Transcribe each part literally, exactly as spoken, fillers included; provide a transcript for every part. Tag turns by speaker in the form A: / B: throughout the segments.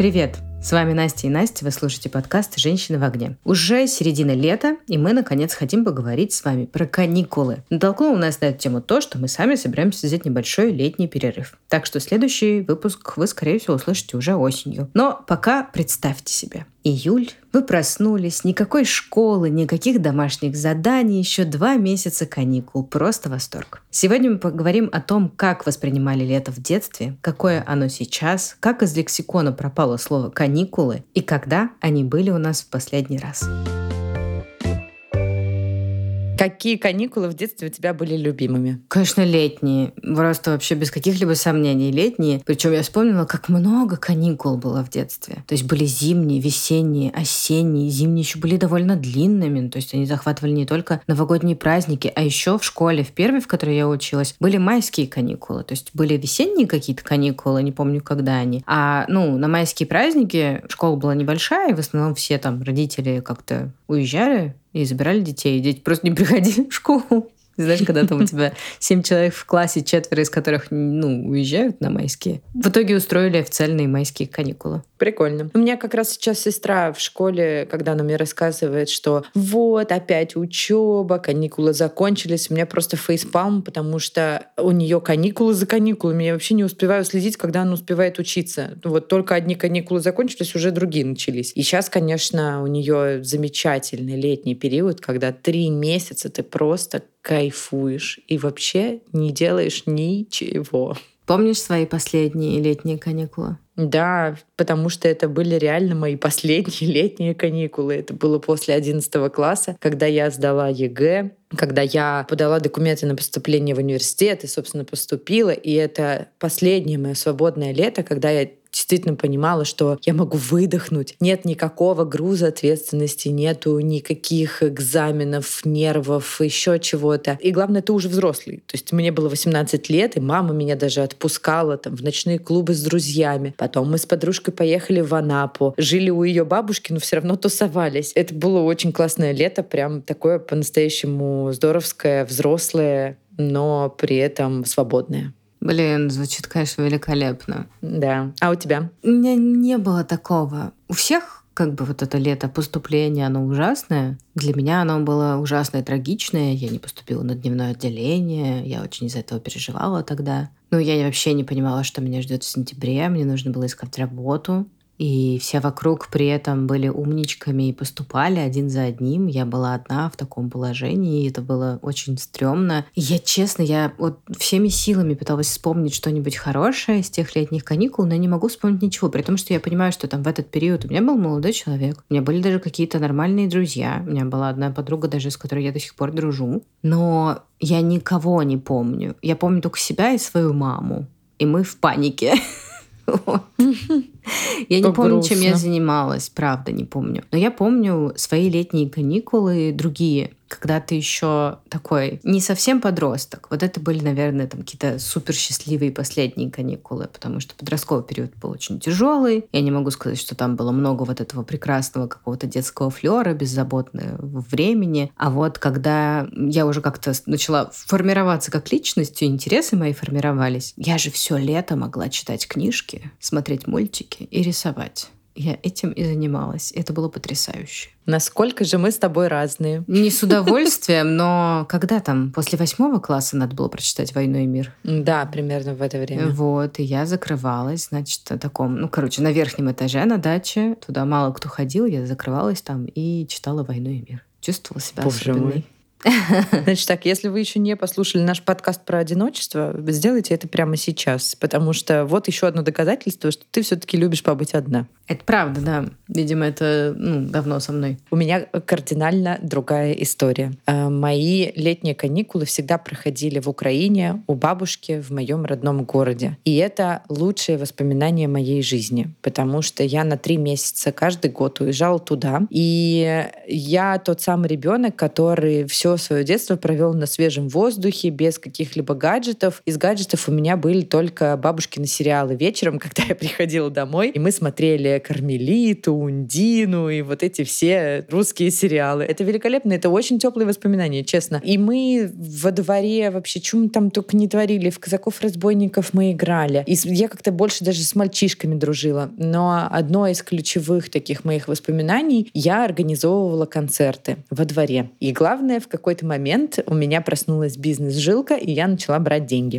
A: Привет! С вами Настя и Настя, вы слушаете подкаст «Женщины в огне». Уже середина лета, и мы, наконец, хотим поговорить с вами про каникулы. Натолкнуло нас на эту тему то, что мы сами собираемся взять небольшой летний перерыв. Так что следующий выпуск вы, скорее всего, услышите уже осенью. Но пока представьте себе. Июль, вы проснулись, никакой школы, никаких домашних заданий, еще два месяца каникул. Просто восторг. Сегодня мы поговорим о том, как воспринимали лето в детстве, какое оно сейчас, как из лексикона пропало слово «каникулы» и когда они были у нас в последний раз.
B: Какие каникулы в детстве у тебя были любимыми?
A: Конечно, летние. Просто вообще без каких-либо сомнений летние. Причем я вспомнила, как много каникул было в детстве. То есть были зимние, весенние, осенние. Зимние еще были довольно длинными. То есть они захватывали не только новогодние праздники, а еще в школе, в первой, в которой я училась, были майские каникулы. То есть были весенние какие-то каникулы, не помню, когда они. А ну, на майские праздники школа была небольшая, и в основном все там родители как-то уезжали и забирали детей. Дети просто не приходили в школу. Знаешь, когда там у тебя семь человек в классе, четверо из которых, ну, уезжают на майские. В итоге устроили официальные майские каникулы.
B: Прикольно. У меня как раз сейчас сестра в школе, когда она мне рассказывает, что вот опять учеба, каникулы закончились, у меня просто фейспалм, потому что у нее каникулы за каникулами. Я вообще не успеваю следить, когда она успевает учиться. Вот только одни каникулы закончились, уже другие начались. И сейчас, конечно, у нее замечательный летний период, когда три месяца ты просто кайфуешь и вообще не делаешь ничего.
A: Помнишь свои последние летние каникулы?
B: Да, потому что это были реально мои последние летние каникулы. Это было после одиннадцатого класса, когда я сдала ЕГЭ, когда я подала документы на поступление в университет и, собственно, поступила. И это последнее мое свободное лето, когда я действительно понимала, что я могу выдохнуть. Нет никакого груза ответственности, нету никаких экзаменов, нервов, еще чего-то. И главное, ты уже взрослый. То есть мне было восемнадцать лет, и мама меня даже отпускала там, в ночные клубы с друзьями. Потом мы с подружкой поехали в Анапу. Жили у ее бабушки, но все равно тусовались. Это было очень классное лето, прям такое по-настоящему здоровское, взрослое, но при этом свободное.
A: Блин, звучит, конечно, великолепно.
B: Да. А у тебя?
A: У меня не было такого. У всех как бы вот это лето поступления, оно ужасное. Для меня оно было ужасное и трагичное. Я не поступила на дневное отделение. Я очень из-за этого переживала тогда. Ну, я вообще не понимала, что меня ждет в сентябре. Мне нужно было искать работу. И все вокруг при этом были умничками и поступали один за одним. Я была одна в таком положении, и это было очень стрёмно. И я, честно, я вот всеми силами пыталась вспомнить что-нибудь хорошее из тех летних каникул, но я не могу вспомнить ничего, при том, что я понимаю, что там в этот период у меня был молодой человек, у меня были даже какие-то нормальные друзья, у меня была одна подруга даже, с которой я до сих пор дружу, но я никого не помню. Я помню только себя и свою маму, и мы в панике. Я не помню, чем я занималась, правда, не помню. Но я помню свои летние каникулы другие, когда ты еще такой не совсем подросток. Вот это были, наверное, там какие-то супер счастливые последние каникулы, потому что подростковый период был очень тяжелый. Я не могу сказать, что там было много вот этого прекрасного какого-то детского флера, беззаботного времени. А вот когда я уже как-то начала формироваться как личность, и интересы мои формировались, я же все лето могла читать книжки, смотреть мультики и рисовать. Я этим и занималась. Это было потрясающе.
B: Насколько же мы с тобой разные.
A: Не с удовольствием, но когда там? После восьмого класса надо было прочитать «Войну и мир».
B: Да, примерно в это время.
A: Вот, и я закрывалась, значит, на таком, ну, короче, на верхнем этаже на даче. Туда мало кто ходил, я закрывалась там и читала «Войну и мир». Чувствовала себя
B: Боже
A: особенной.
B: Мой. Значит так, если вы еще не послушали наш подкаст про одиночество, сделайте это прямо сейчас, потому что вот еще одно доказательство, что ты все-таки любишь побыть одна.
A: Это правда, да. Видимо, это ну, давно со мной.
B: У меня кардинально другая история. Мои летние каникулы всегда проходили в Украине, у бабушки в моем родном городе. И это лучшие воспоминания моей жизни, потому что я на три месяца каждый год уезжала туда. И я тот самый ребенок, который все все свое детство провел на свежем воздухе, без каких-либо гаджетов. Из гаджетов у меня были только бабушкины сериалы вечером, когда я приходила домой, и мы смотрели «Кармелиту», «Ундину» и вот эти все русские сериалы. Это великолепно, это очень теплые воспоминания, честно. И мы во дворе вообще, что мы там только не творили, в казаков-разбойников мы играли. И я как-то больше даже с мальчишками дружила. Но одно из ключевых таких моих воспоминаний — я организовывала концерты во дворе. И главное, в какой-то момент у меня проснулась бизнес-жилка, и я начала брать деньги.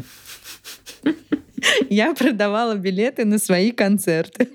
B: Я продавала билеты на свои концерты.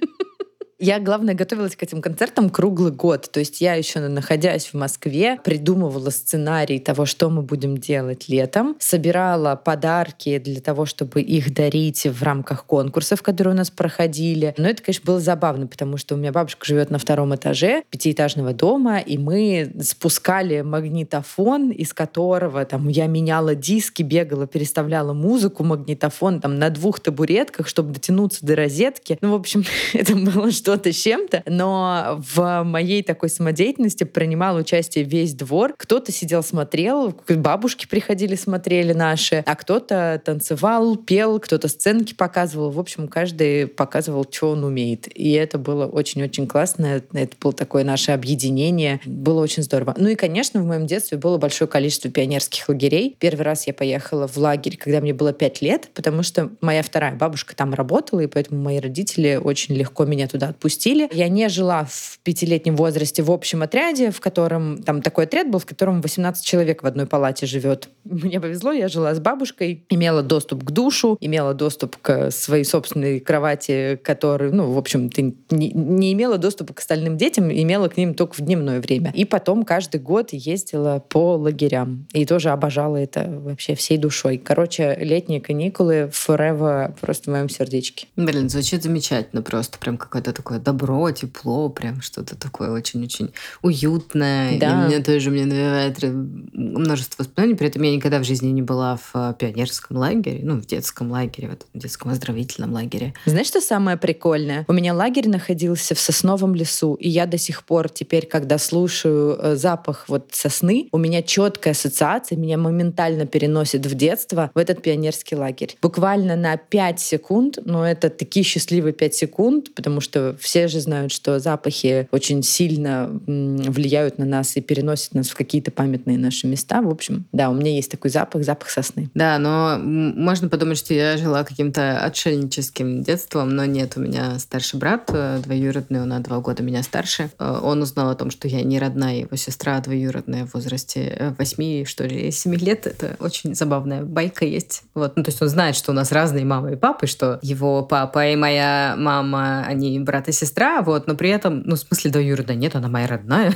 B: Я, главное, готовилась к этим концертам круглый год. То есть я еще, находясь в Москве, придумывала сценарий того, что мы будем делать летом, собирала подарки для того, чтобы их дарить в рамках конкурсов, которые у нас проходили. Но это, конечно, было забавно, потому что у меня бабушка живет на втором этаже пятиэтажного дома, и мы спускали магнитофон, из которого там я меняла диски, бегала, переставляла музыку, магнитофон там на двух табуретках, чтобы дотянуться до розетки. Ну, в общем, это было что что-то с чем-то, но в моей такой самодеятельности принимал участие весь двор. Кто-то сидел, смотрел, бабушки приходили, смотрели наши, а кто-то танцевал, пел, кто-то сценки показывал. В общем, каждый показывал, что он умеет. И это было очень-очень классно. Это было такое наше объединение. Было очень здорово. Ну и, конечно, в моем детстве было большое количество пионерских лагерей. Первый раз я поехала в лагерь, когда мне было пять лет, потому что моя вторая бабушка там работала, и поэтому мои родители очень легко меня туда отпустили. Я не жила в пятилетнем возрасте в общем отряде, в котором там такой отряд был, в котором восемнадцать человек в одной палате живет. Мне повезло, я жила с бабушкой, имела доступ к душу, имела доступ к своей собственной кровати, которую, ну, в общем, ты не, не имела доступа к остальным детям, имела к ним только в дневное время. И потом каждый год ездила по лагерям. И тоже обожала это вообще всей душой. Короче, летние каникулы forever просто в моем сердечке.
A: Блин, звучит замечательно просто. Прям какое-то такое добро, тепло, прям что-то такое очень-очень уютное.
B: Да.
A: И мне тоже мне навевает множество воспоминаний. При этом я никогда в жизни не была в пионерском лагере, ну, в детском лагере, в этом детском оздоровительном лагере.
B: Знаешь, что самое прикольное? У меня лагерь находился в сосновом лесу, и я до сих пор теперь, когда слушаю запах вот сосны, у меня четкая ассоциация, меня моментально переносит в детство, в этот пионерский лагерь. Буквально на пять секунд, но это такие счастливые пять секунд, потому что все же знают, что запахи очень сильно влияют на нас и переносят нас в какие-то памятные наши места. В общем, да, у меня есть такой запах, запах сосны.
A: Да, но можно подумать, что я жила каким-то отшельническим детством, но нет, у меня старший брат двоюродный, он на два года меня старше. Он узнал о том, что я не родная, его сестра двоюродная в возрасте восьми, что ли, семи лет. Это очень забавная байка есть. Вот. Ну, то есть он знает, что у нас разные мамы и папы, что его папа и моя мама, они брат и сестра, вот, но при этом, ну, в смысле двоюродная, нет, она моя родная.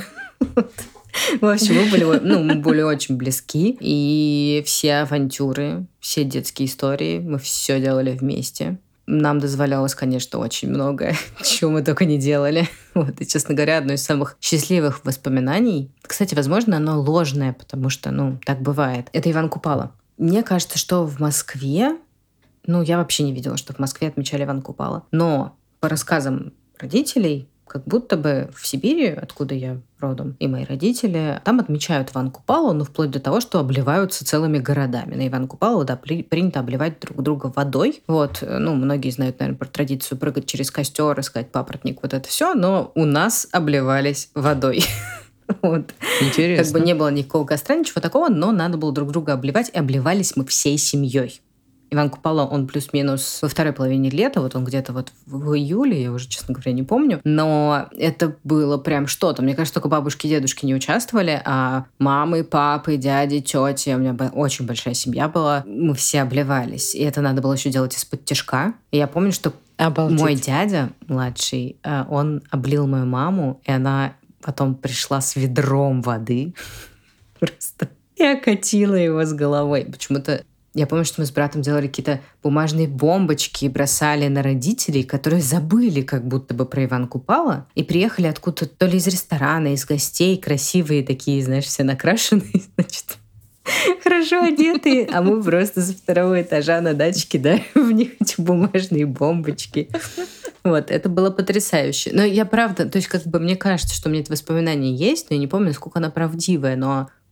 A: В общем, мы были, ну, мы были очень близки, и все авантюры, все детские истории, мы все делали вместе. Нам дозволялось, конечно, очень многое, чего мы только не делали. Вот, и, честно говоря, одно из самых счастливых воспоминаний, кстати, возможно, оно ложное, потому что, ну, так бывает, это Иван Купала. Мне кажется, что в Москве, ну, я вообще не видела, что в Москве отмечали Иван Купала, но по рассказам родителей, как будто бы в Сибири, откуда я родом, и мои родители, там отмечают Иван Купалу, ну, вплоть до того, что обливаются целыми городами. На Иван Купалу, да, при, принято обливать друг друга водой. Вот, ну, многие знают, наверное, про традицию прыгать через костер, искать папоротник, вот это все, но у нас обливались водой. Вот.
B: Интересно.
A: Как бы не было никакого костра, ничего такого, но надо было друг друга обливать, и обливались мы всей семьей. Иван Купала, он плюс-минус во второй половине лета, вот он где-то вот в июле, я уже, честно говоря, не помню, но это было прям что-то. Мне кажется, только бабушки и дедушки не участвовали, а мамы, папы, дяди, тети, у меня очень большая семья была, мы все обливались, и это надо было еще делать из-под тяжка. И я помню, что
B: Обалдеть.
A: Мой дядя младший, он облил мою маму, и она потом пришла с ведром воды просто и окатила его с головой. Почему-то я помню, что мы с братом делали какие-то бумажные бомбочки и бросали на родителей, которые забыли как будто бы про Иван Купала и приехали откуда-то то ли из ресторана, из гостей, красивые такие, знаешь, все накрашенные, значит, хорошо одетые, а мы просто со второго этажа на дачке, да, в них эти бумажные бомбочки. Вот, это было потрясающе. Но я правда, то есть как бы мне кажется, что у меня это воспоминание есть, но я не помню, насколько оно правдивое, но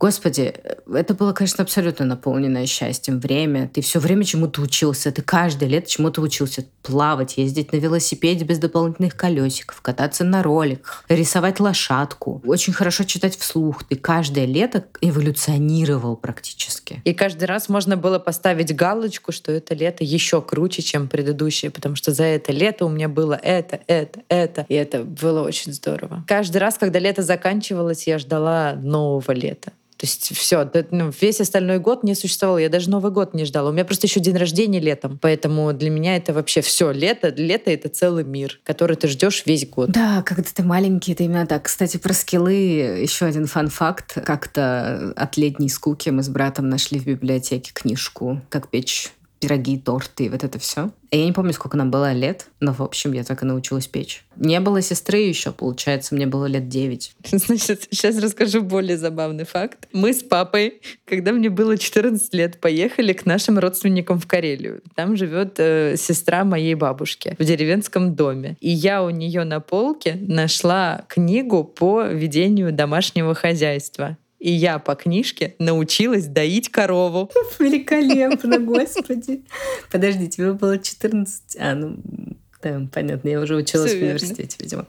A: Господи, это было, конечно, абсолютно наполненное счастьем время. Ты все время чему-то учился. Ты каждое лето чему-то учился. Плавать, ездить на велосипеде без дополнительных колесиков, кататься на роликах, рисовать лошадку. Очень хорошо читать вслух. Ты каждое лето эволюционировал практически.
B: И каждый раз можно было поставить галочку, что это лето еще круче, чем предыдущее, потому что за это лето у меня было это, это, это. И это было очень здорово. Каждый раз, когда лето заканчивалось, я ждала нового лета. То есть все, ну, весь остальной год не существовал. Я даже Новый год не ждала. У меня просто еще день рождения летом. Поэтому для меня это вообще все лето. Лето — это целый мир, который ты ждешь весь год.
A: Да, когда ты маленький, это именно так. Кстати, про скиллы еще один фан-факт. Как-то от летней скуки мы с братом нашли в библиотеке книжку «Как печь пироги, торты» и вот это все. Я не помню, сколько нам было лет, но, в общем, я так и научилась печь. Не было сестры еще, получается, мне было лет девять.
B: Значит, сейчас расскажу более забавный факт. Мы с папой, когда мне было четырнадцать лет, поехали к нашим родственникам в Карелию. Там живет э, сестра моей бабушки в деревенском доме. И я у нее на полке нашла книгу по ведению домашнего хозяйства. И я по книжке научилась доить корову.
A: Великолепно, господи. Подожди, тебе было четырнадцать. А, ну, да, понятно, я уже училась
B: Всё
A: в
B: верно.
A: университете, видимо.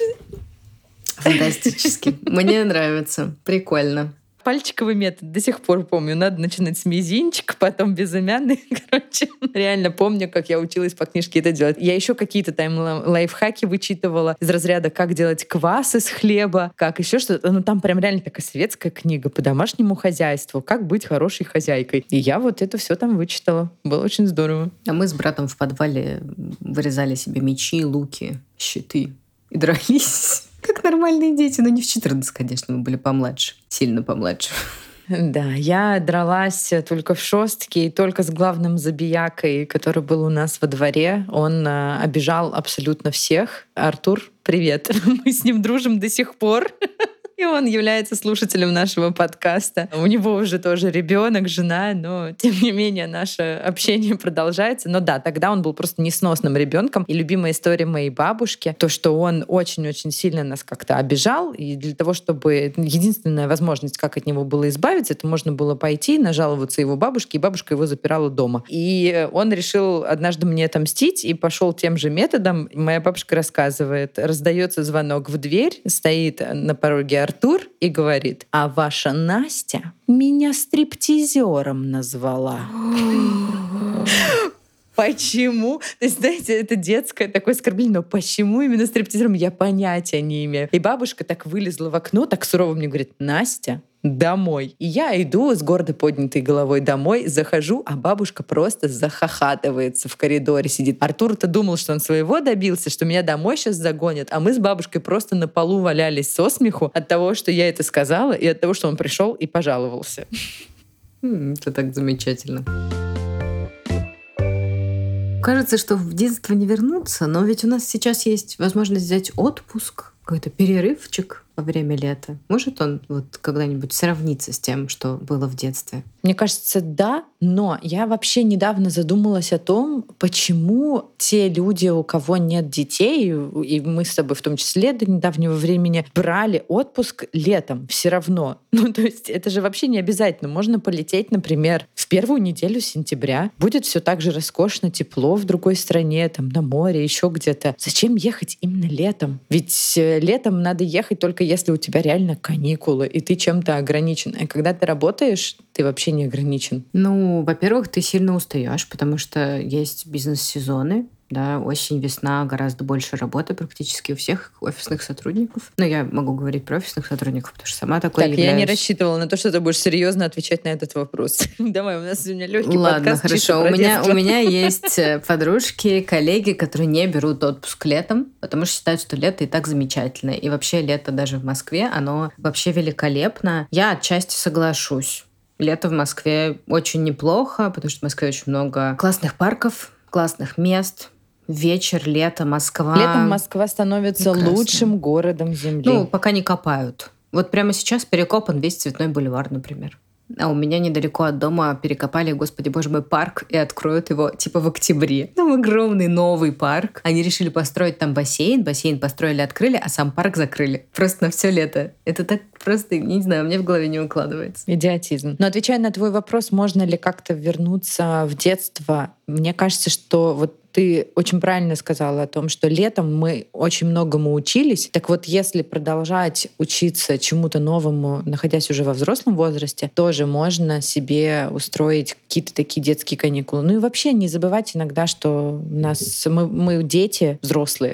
A: Фантастически. Мне нравится. Прикольно.
B: Пальчиковый метод до сих пор помню. Надо начинать с мизинчика, потом безымянный. Короче, реально помню, как я училась по книжке это делать. Я еще какие-то там лайфхаки вычитывала из разряда, как делать квас из хлеба, как еще что-то. Ну, там прям реально такая светская книга по домашнему хозяйству, как быть хорошей хозяйкой. И я вот это все там вычитала. Было очень здорово.
A: А мы с братом в подвале вырезали себе мечи, луки, щиты и дрались. Как нормальные дети, но не в четырнадцать, конечно, мы были помладше, сильно помладше.
B: Да, я дралась только в шостке и только с главным забиякой, который был у нас во дворе. Он э, обижал абсолютно всех. Артур, привет. Мы с ним дружим до сих пор. И он является слушателем нашего подкаста. У него уже тоже ребенок, жена, но тем не менее наше общение продолжается. Но да, тогда он был просто несносным ребенком. И любимая история моей бабушки, то, что он очень-очень сильно нас как-то обижал. И для того, чтобы единственная возможность, как от него было избавиться, это можно было пойти, нажаловаться его бабушке, и бабушка его запирала дома. И он решил однажды мне отомстить и пошел тем же методом. Моя бабушка рассказывает, раздается звонок в дверь, стоит на пороге Артур и говорит: а ваша Настя меня стриптизером назвала. Почему? То есть, знаете, это детское такое оскорбление, но почему именно стриптизером, я понятия не имею. И бабушка так вылезла в окно, так сурово мне говорит: Настя, домой. И я иду с гордо поднятой головой домой, захожу, а бабушка просто захахатывается в коридоре, сидит. Артур-то думал, что он своего добился, что меня домой сейчас загонят, а мы с бабушкой просто на полу валялись со смеху от того, что я это сказала, и от того, что он пришел и пожаловался.
A: Это так замечательно. Кажется, что в детство не вернуться, но ведь у нас сейчас есть возможность взять отпуск, какой-то перерывчик во время лета. Может он вот когда-нибудь сравниться с тем, что было в детстве?
B: Мне кажется, да, но я вообще недавно задумалась о том, почему те люди, у кого нет детей, и мы с тобой в том числе до недавнего времени, брали отпуск летом все равно. Ну, то есть это же вообще не обязательно. Можно полететь, например, в первую неделю сентября. Будет все так же роскошно, тепло в другой стране, там, на море, еще где-то. Зачем ехать именно летом? Ведь летом надо ехать только если у тебя реально каникулы, и ты чем-то ограничен. А когда ты работаешь, ты вообще не ограничен.
A: Ну, во-первых, ты сильно устаешь, потому что есть бизнес-сезоны. Да, осень, весна, гораздо больше работы практически у всех офисных сотрудников. Но я могу говорить про офисных сотрудников, потому что сама такой
B: Так,
A: являюсь.
B: Я не рассчитывала на то, что ты будешь серьезно отвечать на этот вопрос. Давай, у нас сегодня легкий
A: Ладно,
B: подкаст.
A: хорошо. У меня, у меня есть подружки, коллеги, которые не берут отпуск летом, потому что считают, что лето и так замечательно. И вообще лето даже в Москве, оно вообще великолепно. Я отчасти соглашусь. Лето в Москве очень неплохо, потому что в Москве очень много классных парков, классных мест. Вечер, лето, Москва.
B: Летом Москва становится
A: прекрасно.
B: Лучшим городом Земли.
A: Ну, пока не копают. Вот прямо сейчас перекопан весь Цветной бульвар, например. А у меня недалеко от дома перекопали, господи боже мой, парк и откроют его типа в октябре. Там огромный новый парк. Они решили построить там бассейн. Бассейн построили, открыли, а сам парк закрыли. Просто на все лето. Это так просто, не знаю, мне в голове не укладывается.
B: Идиотизм. Но отвечая на твой вопрос, можно ли как-то вернуться в детство, мне кажется, что вот ты очень правильно сказала о том, что летом мы очень многому учились. Так вот, если продолжать учиться чему-то новому, находясь уже во взрослом возрасте, тоже можно себе устроить какие-то такие детские каникулы. Ну и вообще не забывать иногда, что у нас мы, мы дети взрослые.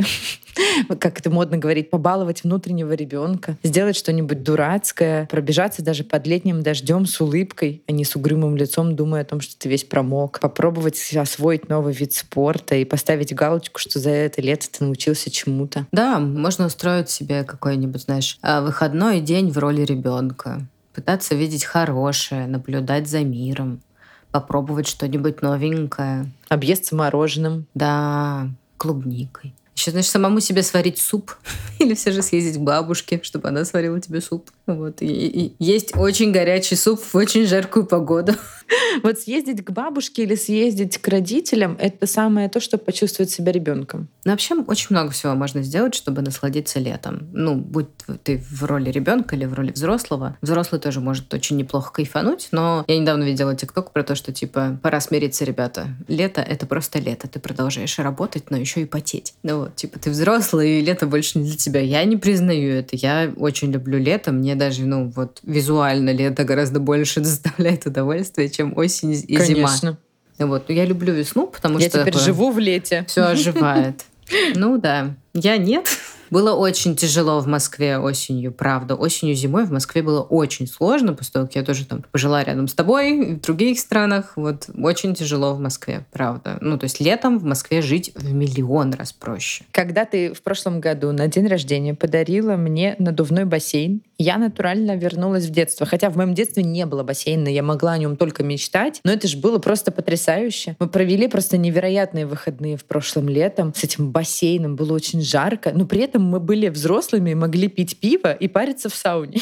B: Как это модно говорить, побаловать внутреннего ребенка, сделать что-нибудь дурацкое, пробежаться даже под летним дождем с улыбкой, а не с угрюмым лицом, думая о том, что ты весь промок, попробовать освоить новый вид спорта и поставить галочку, что за это лето ты научился чему-то.
A: Да, можно устроить себе какой-нибудь, знаешь, выходной день в роли ребенка, пытаться видеть хорошее, наблюдать за миром, попробовать что-нибудь новенькое.
B: Объесться мороженым.
A: Да, клубникой. Еще, знаешь, самому себе сварить суп. Или все же съездить к бабушке, чтобы она сварила тебе суп. Вот. И, и есть очень горячий суп в очень жаркую погоду.
B: Вот съездить к бабушке или съездить к родителям — это самое то, чтобы почувствовать себя ребенком.
A: Но вообще очень много всего можно сделать, чтобы насладиться летом. Ну, будь ты в роли ребенка или в роли взрослого. Взрослый тоже может очень неплохо кайфануть, но я недавно видела тикток про то, что типа пора смириться, ребята. Лето — это просто лето. Ты продолжаешь работать, но еще и потеть. Ну вот, типа ты взрослый, и лето больше не для тебя. Я не признаю это. Я очень люблю лето. Мне даже, ну вот, визуально лето гораздо больше доставляет удовольствие, чем осень и
B: Конечно.
A: зима. Вот. Я люблю весну, потому
B: Я
A: что...
B: Я теперь живу в лете.
A: Все оживает. Ну да. Я нет. Было очень тяжело в Москве осенью, правда. Осенью, зимой в Москве было очень сложно, после того, как я тоже там пожила рядом с тобой, в других странах. Вот очень тяжело в Москве, правда. Ну, то есть летом в Москве жить в миллион раз проще.
B: Когда ты в прошлом году на день рождения подарила мне надувной бассейн, я натурально вернулась в детство. Хотя в моем детстве не было бассейна, я могла о нем только мечтать. Но это же было просто потрясающе. Мы провели просто невероятные выходные в прошлом летом с этим бассейном. Было очень жарко, но при этом мы были взрослыми, могли пить пиво и париться в сауне.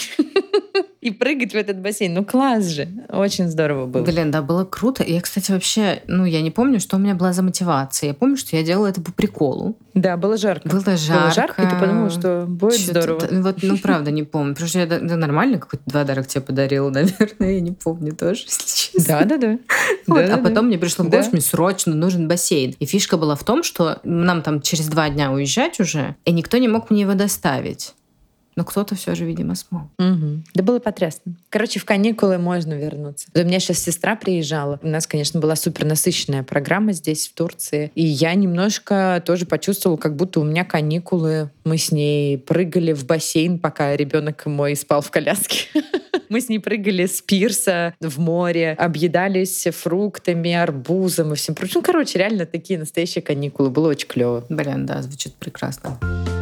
B: И прыгать в этот бассейн. Ну, класс же. Очень здорово было.
A: Блин, да, было круто. И я, кстати, вообще, ну, я не помню, что у меня была за мотивация. Я помню, что я делала это по приколу.
B: Да, было жарко.
A: Было жарко.
B: Было жарко, и ты подумала, что будет
A: Что-то,
B: здорово.
A: Да, вот, ну, правда, не помню. Потому что я да, нормально какой-то подарок тебе подарила, наверное. Я не помню тоже, если честно.
B: Да-да-да.
A: Вот,
B: да,
A: а
B: да,
A: потом
B: да.
A: мне пришло в голову, что мне срочно нужен бассейн. И фишка была в том, что нам там через два дня уезжать уже, и никто не мог мне его доставить. Но кто-то все же, видимо, смог.
B: Угу. Да было потрясно. Короче, в каникулы можно вернуться. У меня сейчас сестра приезжала. У нас, конечно, была супер насыщенная программа здесь, в Турции. И я немножко тоже почувствовала, как будто у меня каникулы. Мы с ней прыгали в бассейн, пока ребенок мой спал в коляске. Мы с ней прыгали с пирса в море, объедались фруктами, арбузом и всем прочим. Ну, короче, реально такие настоящие каникулы. Было очень клево.
A: Блин, да, звучит прекрасно.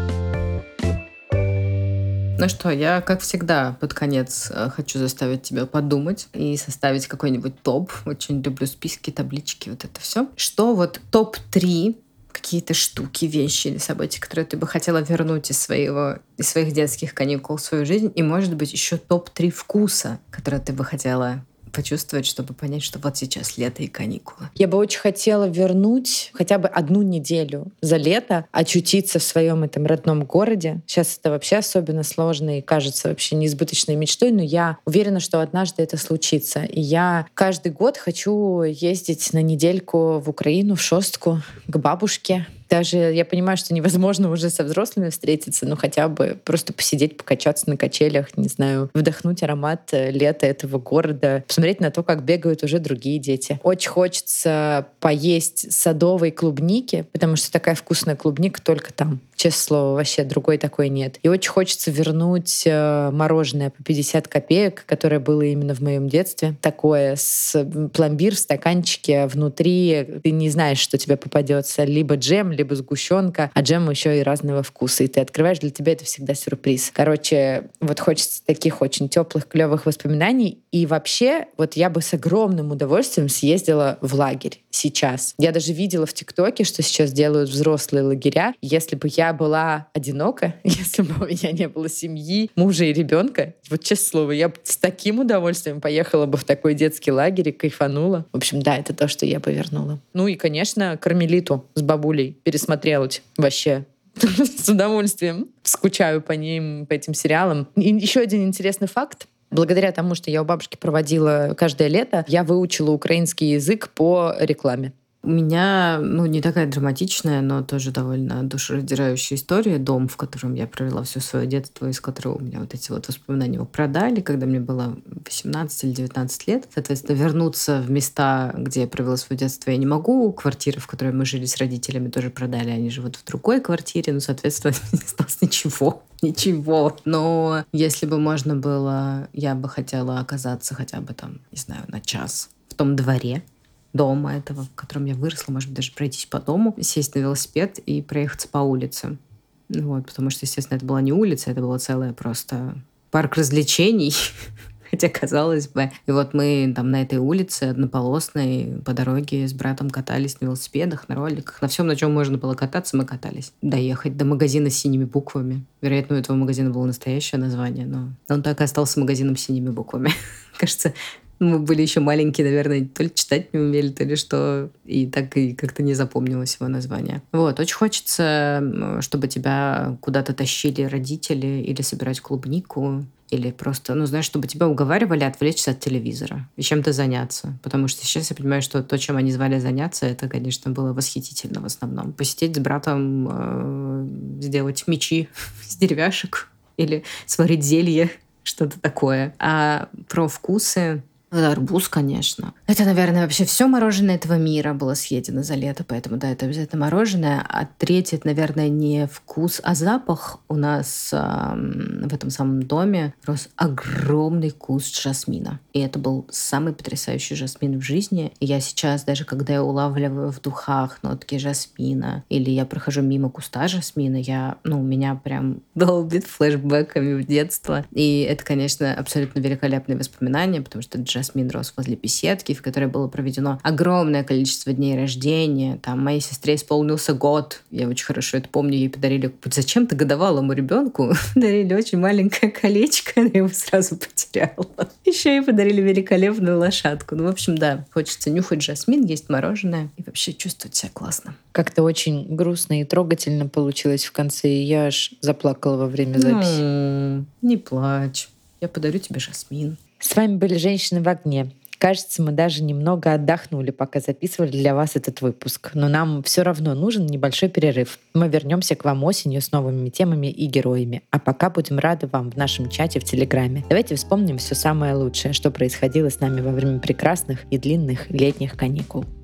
A: Ну что, я, как всегда, под конец хочу заставить тебя подумать и составить какой-нибудь топ. Очень люблю списки, таблички, вот это все. Что вот топ три какие-то штуки, вещи или события, которые ты бы хотела вернуть из, своего, из своих детских каникул в свою жизнь, и, может быть, еще топ три вкуса, которые ты бы хотела почувствовать, чтобы понять, что вот сейчас лето и каникулы.
B: Я бы очень хотела вернуть хотя бы одну неделю за лето, очутиться в своем этом родном городе. Сейчас это вообще особенно сложно и кажется вообще неизбыточной мечтой, но я уверена, что однажды это случится. И я каждый год хочу ездить на недельку в Украину, в Шостку, к бабушке. Даже я понимаю, что невозможно уже со взрослыми встретиться, но хотя бы просто посидеть, покачаться на качелях, не знаю, вдохнуть аромат лета этого города, посмотреть на то, как бегают уже другие дети. Очень хочется поесть садовой клубники, потому что такая вкусная клубника только там. Честное слово, вообще другой такой нет. И очень хочется вернуть мороженое по пятьдесят копеек, которое было именно в моем детстве. Такое с пломбир в стаканчике, внутри ты не знаешь, что тебе попадется. Либо джем, либо либо сгущенка, а джем еще и разного вкуса. И ты открываешь, для тебя это всегда сюрприз. Короче, вот хочется таких очень теплых, клевых воспоминаний. И вообще, вот я бы с огромным удовольствием съездила в лагерь сейчас. Я даже видела в ТикТоке, что сейчас делают взрослые лагеря. Если бы я была одинока, если бы у меня не было семьи, мужа и ребенка, вот честное слово, я бы с таким удовольствием поехала бы в такой детский лагерь и кайфанула. В общем, да, это то, что я бы вернула. Ну и, конечно, «Кармелиту» с бабулей пересмотрелась вообще с удовольствием. Скучаю по ним, по этим сериалам. И еще один интересный факт. Благодаря тому, что я у бабушки проводила каждое лето, я выучила украинский язык по рекламе.
A: У меня, ну, не такая драматичная, но тоже довольно душераздирающая история. Дом, в котором я провела все свое детство, из которого у меня вот эти вот воспоминания его продали, когда мне было восемнадцать или девятнадцать лет. Соответственно, вернуться в места, где я провела свое детство, я не могу. Квартиры, в которой мы жили с родителями, тоже продали. Они живут в другой квартире. Ну, соответственно, не осталось ничего. Ничего. Но если бы можно было, я бы хотела оказаться хотя бы там, не знаю, на час в том дворе дома этого, в котором я выросла, может быть, даже пройтись по дому, сесть на велосипед и проехаться по улице. Вот, потому что, естественно, это была не улица, это было целое просто парк развлечений, хотя казалось бы. И вот мы там на этой улице однополосной по дороге с братом катались на велосипедах, на роликах, на всем, на чем можно было кататься, мы катались. Доехать до магазина с синими буквами. Вероятно, у этого магазина было настоящее название, но он так и остался магазином с синими буквами. Кажется, мы были еще маленькие, наверное, то ли читать не умели, то ли что. И так и как-то не запомнилось его название. Вот. Очень хочется, чтобы тебя куда-то тащили родители или собирать клубнику, или просто, ну, знаешь, чтобы тебя уговаривали отвлечься от телевизора и чем-то заняться. Потому что сейчас я понимаю, что то, чем они звали заняться, это, конечно, было восхитительно в основном. Посидеть с братом, э, сделать мечи с деревяшек или сварить зелье, что-то такое. А про вкусы... Арбуз, конечно. Это, наверное, вообще все мороженое этого мира было съедено за лето, поэтому, да, это обязательно мороженое. А третье, это, наверное, не вкус, а запах. У нас эм, в этом самом доме рос огромный куст жасмина. И это был самый потрясающий жасмин в жизни. И я сейчас, даже когда я улавливаю в духах нотки жасмина, или я прохожу мимо куста жасмина, я, ну, меня прям долбит флешбэками в детство. И это, конечно, абсолютно великолепные воспоминания, потому что жасмин рос возле беседки, в которой было проведено огромное количество дней рождения. Там моей сестре исполнился год. Я очень хорошо это помню. Ей подарили зачем-то годовалому ребенку дарили очень маленькое колечко, она его сразу потеряла. Еще ей подарили великолепную лошадку. Ну, в общем, да, хочется нюхать жасмин, есть мороженое и вообще чувствовать себя классно.
B: Как-то очень грустно и трогательно получилось в конце, и я аж заплакала во время записи.
A: Ну, не плачь. Я подарю тебе жасмин.
B: С вами были «Женщины в огне». Кажется, мы даже немного отдохнули, пока записывали для вас этот выпуск. Но нам все равно нужен небольшой перерыв. Мы вернемся к вам осенью с новыми темами и героями. А пока будем рады вам в нашем чате в Телеграме. Давайте вспомним все самое лучшее, что происходило с нами во время прекрасных и длинных летних каникул.